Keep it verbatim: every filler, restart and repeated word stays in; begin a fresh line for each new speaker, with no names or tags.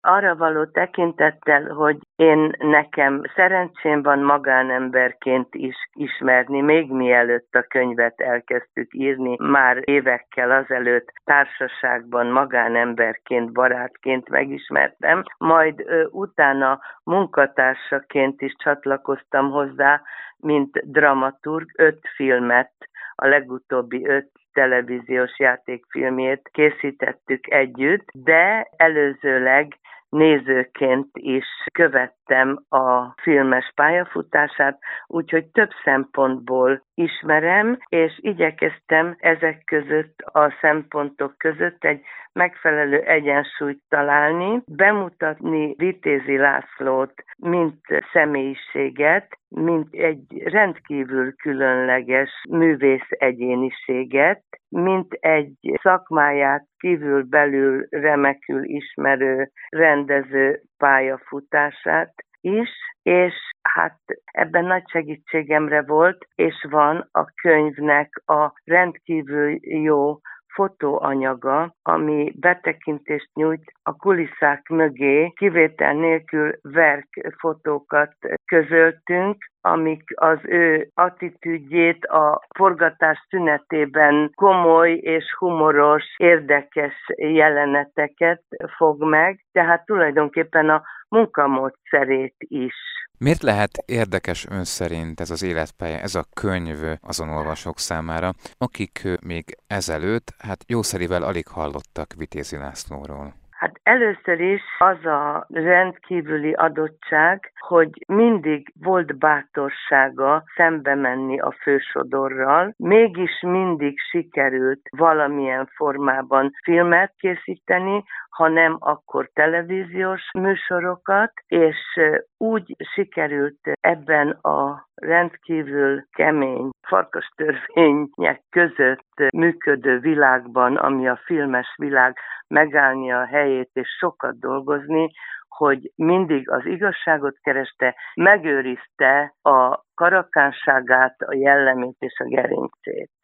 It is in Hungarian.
Arra való tekintettel, hogy én nekem szerencsém van magánemberként is ismerni, még mielőtt a könyvet elkezdtük írni, már évekkel azelőtt társaságban magánemberként, barátként megismertem, majd ö, utána munkatársaként is csatlakoztam hozzá, mint dramaturg, öt filmet, a legutóbbi öt televíziós játékfilmjét készítettük együtt, de előzőleg nézőként is követtem a filmes pályafutását, úgyhogy több szempontból ismerem, és igyekeztem ezek között a szempontok között egy megfelelő egyensúlyt találni, bemutatni Vitézi Lászlót, mint személyiséget, mint egy rendkívül különleges művész egyéniséget, mint egy szakmáját kívül-belül remekül ismerő rendező pályafutását is, és hát ebben nagy segítségemre volt, és van a könyvnek a rendkívül jó fotóanyaga, ami betekintést nyújt a kulisszák mögé, kivétel nélkül verkfotókat közöltünk, amik az ő attitűdjét a forgatás szünetében komoly és humoros, érdekes jeleneteket fog meg, tehát tulajdonképpen a munkamódszerét is.
Miért lehet érdekes ön szerint ez az életpálya, ez a könyv azon olvasók számára, akik még ezelőtt, hát jószerivel alig hallottak Vitézi Lászlóról?
Hát először is az a rendkívüli adottság, hogy mindig volt bátorsága szembe menni a fősodorral, mégis mindig sikerült valamilyen formában filmet készíteni, ha nem, akkor televíziós műsorokat, és úgy sikerült ebben a rendkívül kemény farkastörvények között működő világban, ami a filmes világ, megállni a helyét és sokat dolgozni, hogy mindig az igazságot kereste, megőrizte a karakánságát, a jellemét és a gerincét.